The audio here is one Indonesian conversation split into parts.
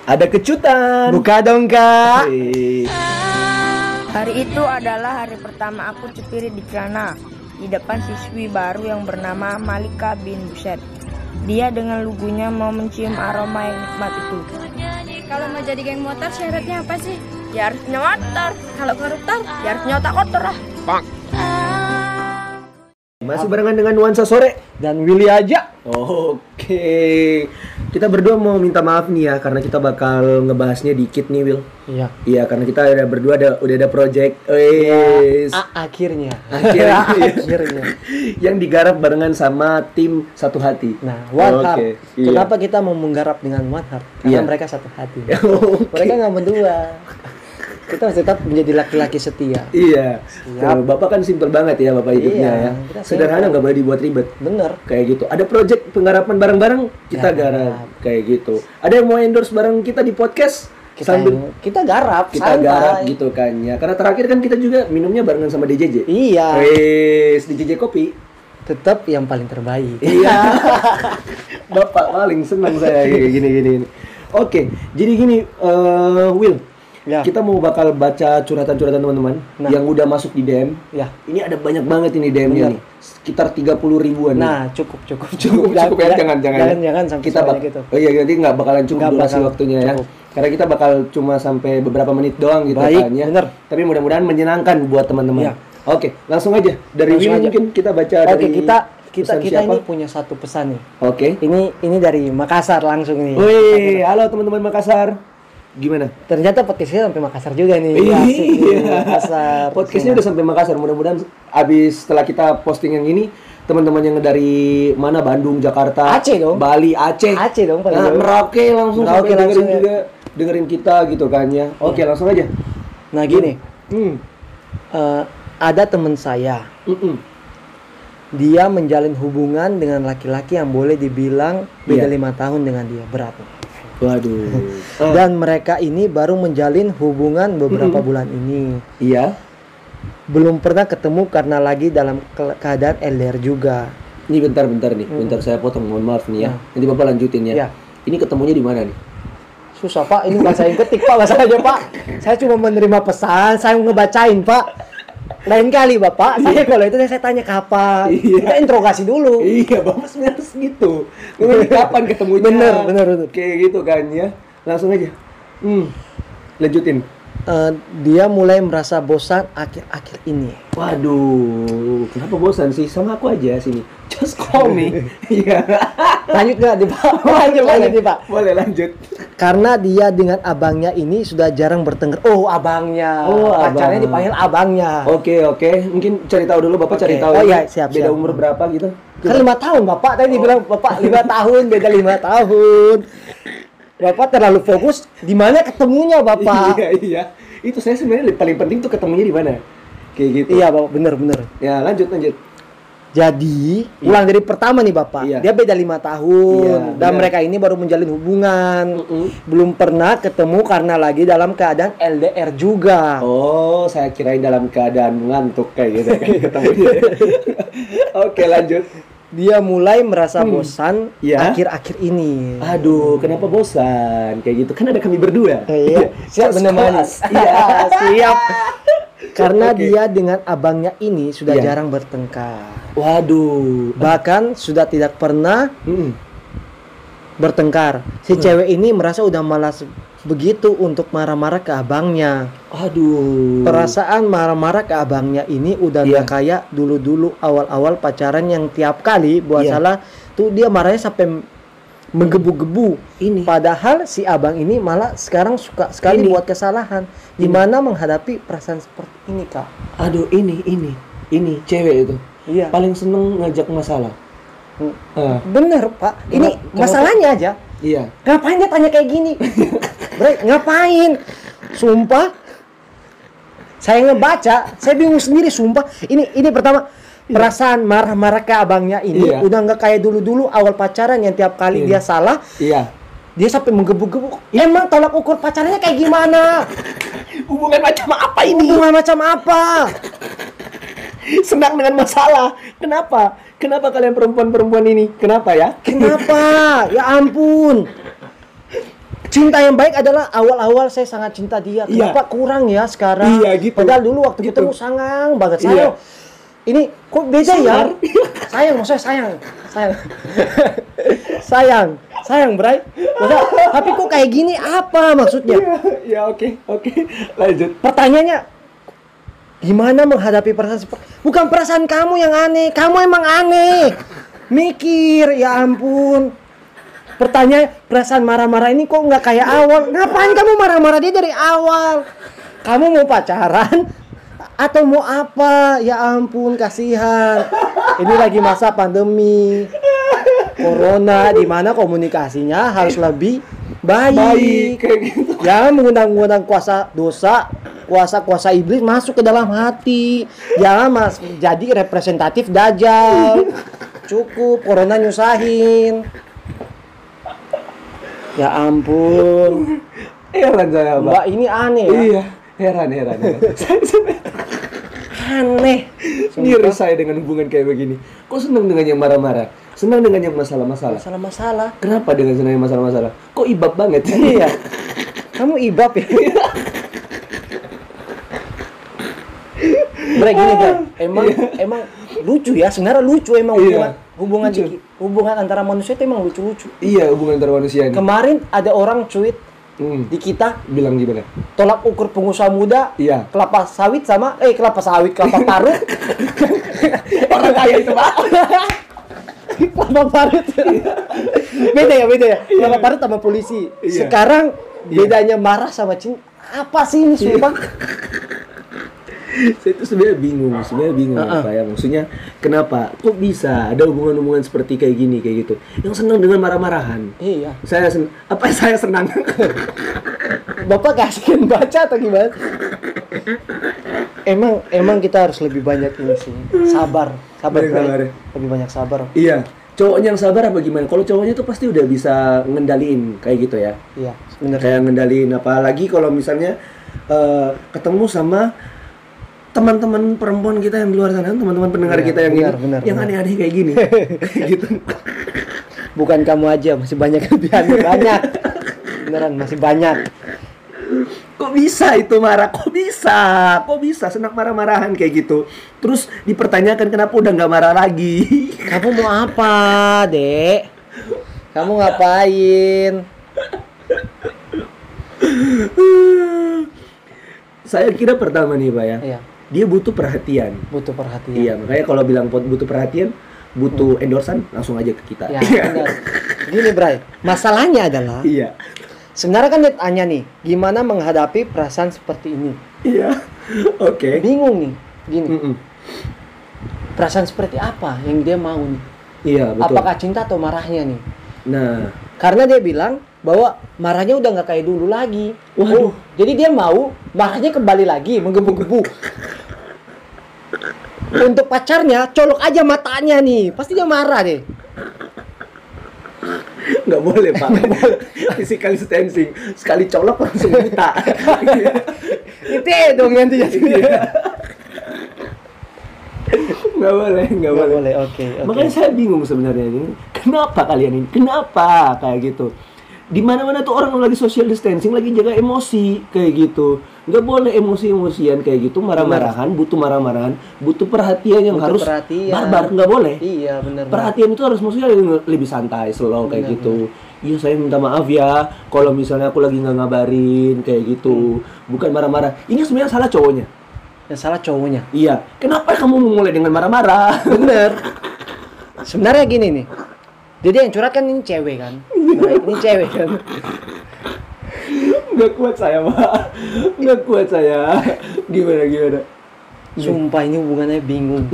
Ada kejutan. Buka dong Kak. Hari itu adalah hari pertama aku cepiri di celana di depan siswi baru yang bernama Malika bin Buset. Dia dengan lugunya mau mencium aroma yang nikmat itu. Kalau mau jadi geng motor syaratnya apa sih? Ya harus punya motor. Kalau koruptor, ya harus punya otak kotor lah. Masih barengan dengan Nuansa Sore Dan Willy aja. Oke. Kita berdua mau minta maaf nih ya, karena kita bakal ngebahasnya dikit nih, Will. Iya. Iya, karena kita udah ada project Akhirnya. Akhirnya. Yang digarap barengan sama tim Satu Hati. Nah, One Heart. Iya. Kenapa kita mau menggarap dengan One Heart? Karena Iya. mereka satu hati. Oke. Mereka nggak berdua. Kita harus tetap menjadi laki-laki setia. Iya. Siap. Bapak kan simpel banget ya Bapak hidupnya Iya, ya. kita Sederhana, simpel. nggak boleh dibuat ribet. Bener. Kayak gitu. Ada project penggarapan bareng-bareng, kita Garap. garap. Kayak gitu. Ada yang mau endorse bareng kita di podcast? Kita garap, Kita santai. garap gitu kan ya. Karena terakhir kan kita juga minumnya barengan sama DJJ. Iya. Wes, DJJ Kopi. Tetap yang paling terbaik. Iya. Bapak paling senang saya kayak gini. Oke, jadi gini, Will. Ya. Kita mau bakal baca curhatan-curhatan teman-teman Nah. yang udah masuk di DM. Ya. Ini ada banyak banget ini DM-nya Bener. nih. Sekitar 30 ribuan. Nah, cukup. cukup ya, jangan sampai kita sebanyak itu. Oh iya, nanti nggak bakalan cukup Nggak durasi bakal waktunya cukup. ya. Karena kita bakal cuma sampai beberapa menit doang gitu Baik, kan ya. bener. Tapi mudah-mudahan menyenangkan buat teman-teman. Iya. Oke, langsung aja dari Langsung Will aja. mungkin kita baca Oke, dari kita pesan ini siapa? punya satu pesan nih. Oke. Ini dari Makassar langsung nih. Wih, halo teman-teman Makassar. Gimana? Ternyata podcastnya sampai Makassar juga nih. Iya. Asik nih, Makassar. Podcastnya udah sampai Makassar. Mudah-mudahan abis setelah kita posting yang ini, teman-teman yang dari mana, Bandung, Jakarta, Aceh dong. Bali, Aceh, Aceh dong paling nah, jauh. Merauke langsung Merauke sampai langsung dengerin ya. juga, dengerin kita gitu kan ya. Oke, langsung aja. Nah gini, Hmm. ada teman saya. Mm-mm. Dia menjalin hubungan dengan laki-laki yang boleh dibilang beda Iya. 5 tahun dengan dia. Berapa? Waduh. Dan mereka ini baru menjalin hubungan beberapa bulan ini. Iya. Belum pernah ketemu karena lagi dalam keadaan LDR juga. Ini bentar nih. Bentar saya potong. Mohon maaf nih ya. Nah. Nanti Bapak lanjutin ya. Iya. Ini ketemunya di mana nih? Susah Pak, ini bukan saya yang ketik Pak, masalahnya Pak. Saya cuma menerima pesan, saya ngebacain Pak. Lain kali Bapak, saya kalau itu saya tanya kapan. Iya. Kita interogasi dulu. Iya, Bapak sebenarnya harus gitu. Ngomongin kapan ketemunya? Bener. Kayak gitu kan ya. Langsung aja. Lanjutin. Dia mulai merasa bosan akhir-akhir ini. Waduh, kenapa bosan sih? Sama aku aja sini. Just call me. Iya. Lanjut nggak nih Pak? Lanjut nih Pak. Boleh lanjut. Karena dia dengan abangnya ini sudah jarang bertengkar. Oh abangnya. Oh, Pacarnya abang. dipanggil abangnya. Oke. Mungkin cari tahu dulu, Bapak Oke. cari tahu. Oh, ya. iya, siap. Beda umur berapa gitu? Kan 5 tahun Bapak. Tadi dibilang Bapak 5 tahun, beda 5 tahun. Bapak terlalu fokus di mana ketemunya Bapak. Iya. Itu saya sebenarnya paling penting tuh ketemunya di mana. Kayak gitu. Iya Bapak, bener. Ya, lanjut. Jadi, ulang dari pertama nih Bapak. Iya. Dia beda 5 tahun. Iya, Dan iya. mereka ini baru menjalin hubungan. Mm-mm. Belum pernah ketemu karena lagi dalam keadaan LDR juga. Oh, saya kirain dalam keadaan ngantuk kayak gitu kan ketemunya. Oke, lanjut. Dia mulai merasa bosan Iya. akhir-akhir ini. Aduh, kenapa bosan? Kayak gitu. Kan ada kami berdua. Iya, siap First menemani. class. Iya, siap. Karena Oke. dia dengan abangnya ini sudah Iya. jarang bertengkar. Waduh. Bahkan sudah tidak pernah Mm-mm. bertengkar. Si cewek ini merasa udah malas begitu untuk marah-marah ke abangnya. Aduh. Perasaan marah-marah ke abangnya ini udah Iya. nggak kayak dulu-dulu awal-awal pacaran yang tiap kali buat Iya. salah tuh dia marahnya sampai menggebu-gebu. Ini. Padahal si abang ini malah sekarang suka sekali Ini. buat kesalahan. Gimana menghadapi perasaan seperti ini Kak? Aduh, ini cewek itu. Iya. Paling seneng ngajak masalah. Ah, Bener Pak. Ini Kenapa? masalahnya aja. iya. Ngapain dia tanya kayak gini? Bre, ngapain? Sumpah. Saya ngebaca, saya bingung sendiri sumpah. Ini pertama perasaan marah-marah ke abangnya ini Iya. udah nggak kayak dulu-dulu awal pacaran yang tiap kali Iya. dia salah, Iya. dia sampai menggebu-gebu. Emang tolak ukur pacarannya kayak gimana? Hubungan macam apa ini? Hubungan macam apa? Senang dengan masalah. Kenapa? Kenapa kalian perempuan-perempuan ini? Kenapa ya? Kenapa? Ya ampun. Cinta yang baik adalah awal-awal saya sangat cinta dia. Iya. Kenapa kurang ya sekarang? Iya, gitu. Padahal dulu waktu Gitu. ketemu sangang banget. Iya. Sayang. Ini kok beda ya? Sayang, maksudnya sayang. Sayang, Bray. Maksudnya, tapi kok kayak gini apa maksudnya? Ya oke. Lanjut. Pertanyaannya, gimana menghadapi perasaan seperti... Bukan perasaan kamu yang aneh, kamu emang aneh. Mikir, ya ampun. Pertanyaan, perasaan marah-marah ini kok nggak kayak awal? Ngapain kamu marah-marah dia dari awal? Kamu mau pacaran? Atau mau apa? Ya ampun, kasihan. Ini lagi masa pandemi Corona, di mana komunikasinya harus lebih baik. Kayak gitu. Jangan mengundang-undang kuasa dosa, kuasa iblis masuk ke dalam hati. Jangan jadi representatif dajjal. Cukup, corona nyusahin. Ya ampun. Heran saya, Mbak. Mbak ini aneh ya. Iya, heran. Aneh. Miris saya dengan hubungan kayak begini. Kok senang dengan yang marah-marah? Senang dengan yang masalah-masalah? Masalah-masalah. Kenapa dengan senang yang masalah-masalah? Kok ibab banget? Iya. Kamu ibab ya? Bre, gini Bre, emang lucu ya, sebenarnya lucu emang hubungan antara manusia itu emang lucu-lucu. Iya, hubungan antara manusia ini. Kemarin ada orang tweet di kita, Bilang gimana? tolak ukur pengusaha muda, Iya. kelapa parut. Orang kaya itu, Pak. Kelapa parut. Beda ya. Kelapa parut sama polisi. Iya. Sekarang bedanya marah sama cinta. Apa sih ini sumpah? Saya itu sebenarnya bingung Pak ya. Maksudnya kenapa? Kok bisa ada hubungan-hubungan seperti kayak gini, kayak gitu? Yang senang dengan marah-marahan. Iya. Saya senang. Bapak kasihan baca atau gimana? Emang kita harus lebih banyak ini sih. Sabar, Banyak Bray. sabar ya? Lebih banyak sabar. Iya. Cowoknya yang sabar apa gimana? Kalau cowoknya tuh pasti udah bisa ngendaliin kayak gitu ya. Iya, benar. Kayak ngendaliin, apalagi kalau misalnya ketemu sama teman-teman perempuan kita yang di luar sana, teman-teman pendengar kita yang benar. aneh-aneh kayak gini. Gitu. Bukan kamu aja, masih banyak yang lebih aneh. Banyak. Beneran masih banyak. Kok bisa itu marah? Kok bisa senang marah-marahan kayak gitu? Terus dipertanyakan kenapa udah nggak marah lagi? Kamu mau apa, Dek? Kamu ngapain? Saya kira pertama nih, Pak ya. Iya, Dia butuh perhatian. butuh perhatian. Iya, makanya kalau bilang butuh perhatian, butuh endorsan, langsung aja ke kita. Ya, benar. Gini, Bray. Masalahnya adalah Iya. sebenarnya kan dia tanya nih, gimana menghadapi perasaan seperti ini? Iya. Oke. Bingung nih. Gini. Mm-mm. Perasaan seperti apa yang dia mau nih? Iya, betul. Apakah cinta atau marahnya nih? Nah, Karena dia bilang bahwa marahnya udah nggak kayak dulu lagi. Waduh. Jadi dia mau marahnya kembali lagi, menggebu-gebu. Untuk pacarnya, colok aja matanya nih. Pasti dia marah deh. nggak boleh, Pak. Physical distancing. Sekali colok langsung buta. Itu dong nanti jadi. Nggak boleh. Oke. Makanya saya bingung sebenarnya ini. Kenapa kalian ini? Kenapa kayak gitu? Di mana-mana tuh orang lagi social distancing, lagi jaga emosi kayak gitu. Nggak boleh emosi-emosian kayak gitu, marah-marahan, butuh perhatian yang harus barbar, nggak boleh. Iya, benar. Perhatian itu harus maksudnya lebih santai, slow kayak gitu. Iya, saya minta maaf ya kalau misalnya aku lagi nggak ngabarin kayak gitu. Bukan marah-marah. Ini sebenarnya salah cowoknya. Yang salah cowoknya. Iya. Kenapa kamu memulai dengan marah-marah? Bener. Sebenarnya gini nih. Jadi yang curhat kan ini cewek kan. Nah, ini cewek kan. Nggak kuat saya, Pak. Nggak kuat saya. Gimana? Sumpah ini hubungannya bingung.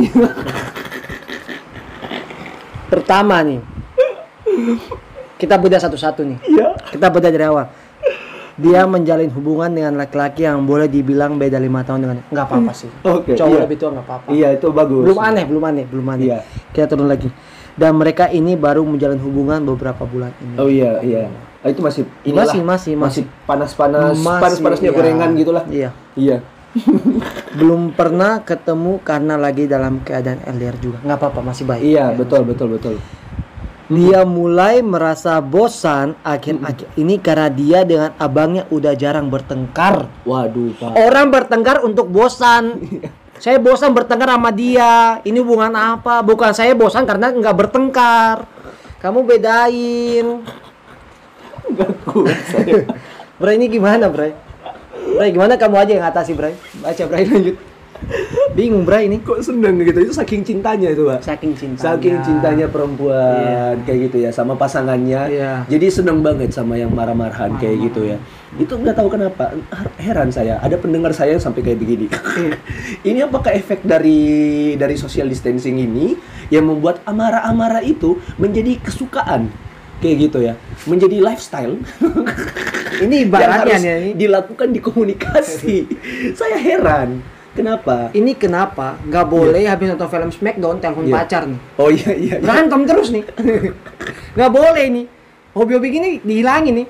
Pertama nih. Kita bedah satu-satu nih. Iya. Kita bedah dari awal. Dia menjalin hubungan dengan laki-laki yang boleh dibilang beda 5 tahun dengan nggak apa-apa sih. Oke, Cowok iya. lebih tua nggak apa-apa. Iya, itu bagus. Belum aneh. Iya. Kita turun lagi. Dan mereka ini baru menjalin hubungan beberapa bulan ini. Oh iya. Itu masih inilah. Masih panas-panasnya iya. gorengan gitulah. Iya. Belum pernah ketemu karena lagi dalam keadaan LDR juga. Nggak apa-apa, masih baik. Iya, Ya. betul. Dia mulai merasa bosan akhir-akhir ini karena dia dengan abangnya udah jarang bertengkar. Waduh, Pak. Orang bertengkar untuk bosan. Saya bosan bertengkar sama dia. Ini hubungan apa? Bukan saya bosan karena nggak bertengkar. Kamu bedain. Enggak kuat saya. Bray, ini gimana, Bray? Bray, gimana kamu aja yang atasi, Bray? Baca, Bray, lanjut. Bingung, Bray, ini. Kok seneng gitu? Itu saking cintanya itu, Pak. Saking cintanya. Saking cintanya perempuan kayak gitu ya sama pasangannya. Iya. Jadi seneng banget sama yang marah-marahan kayak gitu ya. Itu nggak tahu kenapa. Heran saya. Ada pendengar saya yang sampai kayak begini. Ini apakah efek dari social distancing ini yang membuat amarah-amarah itu menjadi kesukaan kayak gitu ya, menjadi lifestyle. Ini yang ibaratnya harus nih, ini. dilakukan di komunikasi. Saya heran. Kenapa? Ini kenapa nggak boleh habis nonton film Smackdown telepon Iya. pacar nih? Oh iya iya. iya. Berantem terus nih. Nggak boleh nih. Hobi-hobi gini dihilangin nih.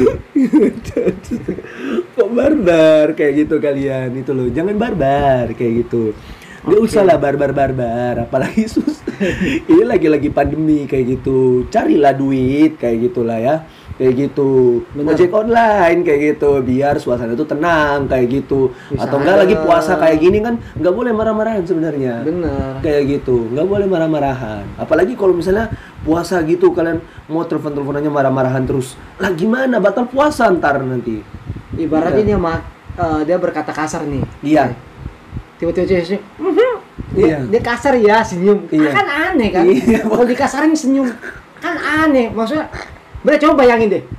Kok barbar kayak gitu kalian itu loh. Jangan barbar kayak gitu. Nggak usah lah barbar. Apalagi ini lagi-lagi pandemi kayak gitu. Carilah duit kayak gitulah ya. Kayak gitu. Bener. Ojek online kayak gitu biar suasana itu tenang kayak gitu. Bisa Atau enggak aja. lagi puasa kayak gini kan nggak boleh marah-marahan sebenarnya. Bener. Kayak gitu, nggak boleh marah-marahan. Apalagi kalau misalnya puasa gitu kalian mau telepon-teleponannya marah-marahan terus. Lah gimana? Batal puasa ntar nanti. Ibaratnya Iya. dia berkata kasar nih. Iya. Tiba-tiba dia senyum. Iya. Dia kasar ya senyum. Iya. Kan aneh kan? Iya. Kalau dikasarin senyum kan aneh. Maksudnya, Bre, coba bayangin deh.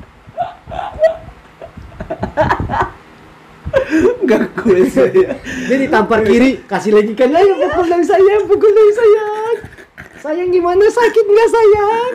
Nggak kuat saya. Dia ditampar kiri, kasih lagi kan, ayo pukul lagi sayang, pukul lagi sayang. Sayang gimana, sakit nggak sayang?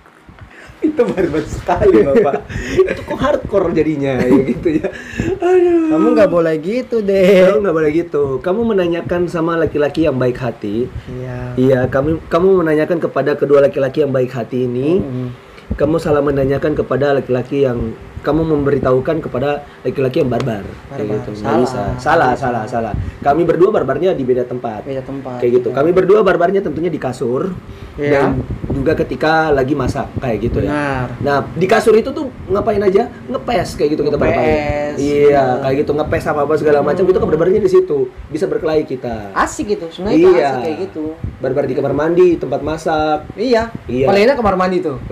Itu barbar sekali Bapak. Itu kok hardcore jadinya ya gitu ya. Aduh. Kamu nggak boleh gitu Kamu deh. nggak boleh gitu. Kamu menanyakan sama laki-laki yang baik hati. Iya. Iya, kamu menanyakan kepada kedua laki-laki yang baik hati ini. Kamu salah menanyakan kepada laki-laki yang kamu memberitahukan kepada laki-laki yang barbar. Kayak Barbar. gitu. Nggak bisa. Salah. Kami berdua barbarnya di beda tempat. Beda tempat. Kayak gitu. Kami berdua barbarnya tentunya di kasur. Iya. Dan juga ketika lagi masak kayak gitu ya. Benar. Nah, di kasur itu tuh ngapain aja? Ngepes kayak gitu kita Ngepes, barbarnya. Iya, benar. kayak gitu ngepes apa segala macam itu kan barbarnya di situ. Bisa berkelahi kita. Asik gitu, sebenarnya itu Iya. asik kayak gitu. Barbar di kamar mandi, tempat masak. Iya. Iya. Paling enak kamar mandi tuh.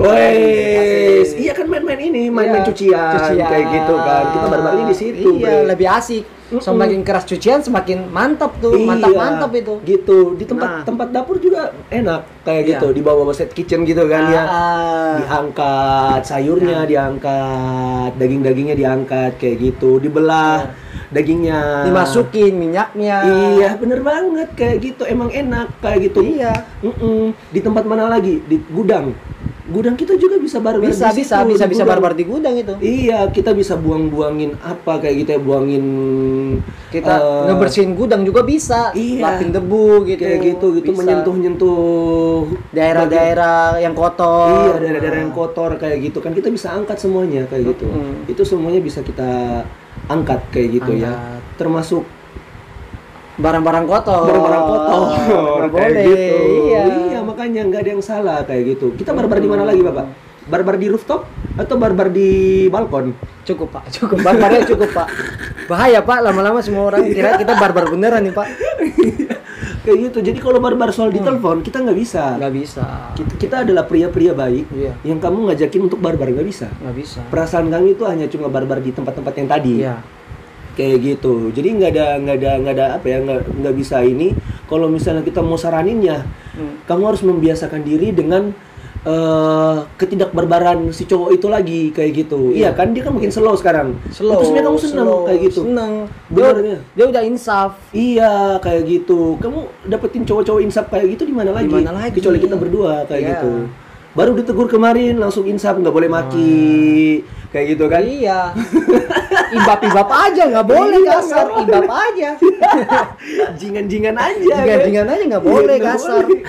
Wes, Asik. iya kan main-main ini, main-main Iya, cucian, kayak gitu kan. Kita barbarnya di situ. Iya, Bre. lebih asik. Semakin keras cucian semakin mantap tuh, Iya, mantap itu. Gitu. Di tempat Nah. tempat dapur juga enak kayak Iya. gitu. Di bawah set kitchen gitu kan ya. Ah. Diangkat sayurnya, diangkat daging-dagingnya, diangkat kayak gitu, dibelah dagingnya, Dimasukin minyaknya. Iya, bener banget kayak gitu. Emang enak kayak gitu. Iya. Di tempat mana lagi? Di gudang. Gudang kita juga bisa barbar Bisa di situ, di gudang. barbar di gudang itu. Iya, kita bisa buang-buangin apa kayak gitu ya, buangin Kita ngebersihin gudang juga bisa. Iya. Lapin debu gitu. kayak gitu Bisa. menyentuh daerah-daerah yang kotor. Iya, daerah-daerah yang kotor kayak gitu kan kita bisa angkat semuanya kayak gitu. Itu semuanya bisa kita angkat kayak gitu ya. Angkat. Termasuk Barang-barang kotor. barang-barang kotor Nggak kayak boleh. gitu. Iya. Iya, makanya nggak ada yang salah kayak gitu. Kita barbar di mana lagi, Bapak? Barbar di rooftop atau barbar di balkon? Cukup Pak, cukup. Barbarnya cukup Pak. Bahaya Pak, lama-lama semua orang kira kita barbar beneran nih Pak. Kayak gitu. Jadi kalau barbar soal di telepon kita nggak bisa. Nggak bisa. Kita adalah pria-pria baik Iya. yang kamu ngajakin untuk barbar nggak bisa. Nggak bisa. Perasaan kami itu hanya cuma barbar di tempat-tempat yang tadi. Iya. Kayak gitu. Jadi nggak ada apa ya, nggak bisa ini. Kalau misalnya kita mau saraninnya, kamu harus membiasakan diri dengan ketidakbarbaran si cowok itu lagi kayak gitu. Iya kan, dia kan makin slow sekarang. Slow. Terus kamu seneng slow, kayak gitu. Seneng. Benernya. Dia udah insaf. Iya, kayak gitu. Kamu dapetin cowok-cowok insaf kayak gitu di mana lagi? Di mana lagi? Kecuali kita berdua kayak Iya. gitu. Baru ditegur kemarin langsung insaf, nggak boleh maki. Kayak gitu kan? Iya. Ibap-ibap aja, nggak boleh Iya, kasar. nggak boleh. Ibap aja. Jingan-jingan aja. Jingan-jingan aja nggak boleh Iya, nggak kasar. boleh.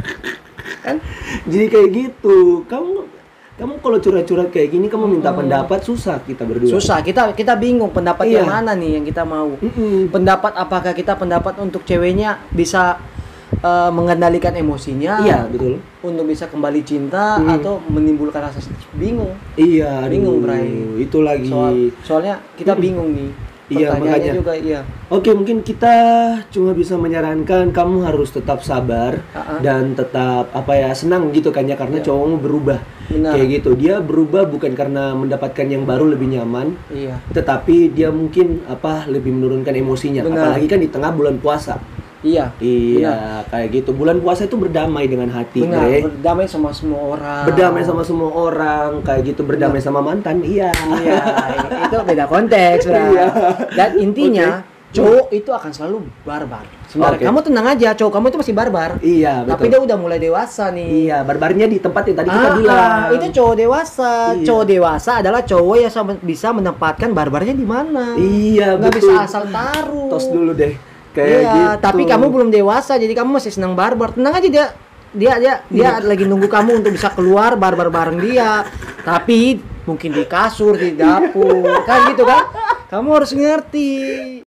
Kan? Jadi kayak gitu. Kamu kalau curhat-curhat kayak gini, kamu minta pendapat, susah kita berdua. Susah. Kita bingung pendapat Iya. yang mana nih yang kita mau. Mm-mm. Pendapat apakah kita pendapat untuk ceweknya bisa mengendalikan emosinya. Iya, betul. Untuk bisa kembali cinta atau menimbulkan rasa bingung. Iya, Bingung, aduh, Bray. Itu lagi. Soalnya kita bingung nih. Iya, Pertanyaannya makanya. juga iya. Oke, mungkin kita cuma bisa menyarankan kamu harus tetap sabar dan tetap senang gitu kan ya, karena cowokmu berubah. Benar. Kayak gitu. Dia berubah bukan karena mendapatkan yang baru lebih nyaman, Iya. tetapi dia mungkin lebih menurunkan emosinya. Benar. Apalagi kan di tengah bulan puasa. Iya. Iya, kayak gitu. Bulan puasa itu berdamai dengan hati, Benar, Bre. berdamai sama semua orang. Berdamai sama semua orang, kayak gitu. Berdamai sama mantan, iya. Iya, itu beda konteks, Bro. Iya. Dan intinya cowok itu akan selalu barbar. Sebenarnya Oke. kamu tenang aja, cowok kamu itu masih barbar. Iya, betul. Tapi dia udah mulai dewasa nih. Iya, barbarnya di tempat yang tadi kita bilang. Itu cowok dewasa. Iya. Cowok dewasa adalah cowok yang bisa menempatkan barbarnya di mana. Iya, Nggak betul. bisa asal taruh. Tos dulu deh. Kayak Iya, gitu. tapi kamu belum dewasa, jadi kamu masih senang barbar. Tenang aja dia lagi nunggu kamu untuk bisa keluar barbar bareng dia. Tapi mungkin di kasur, di dapur, kan gitu kan? Kamu harus ngerti.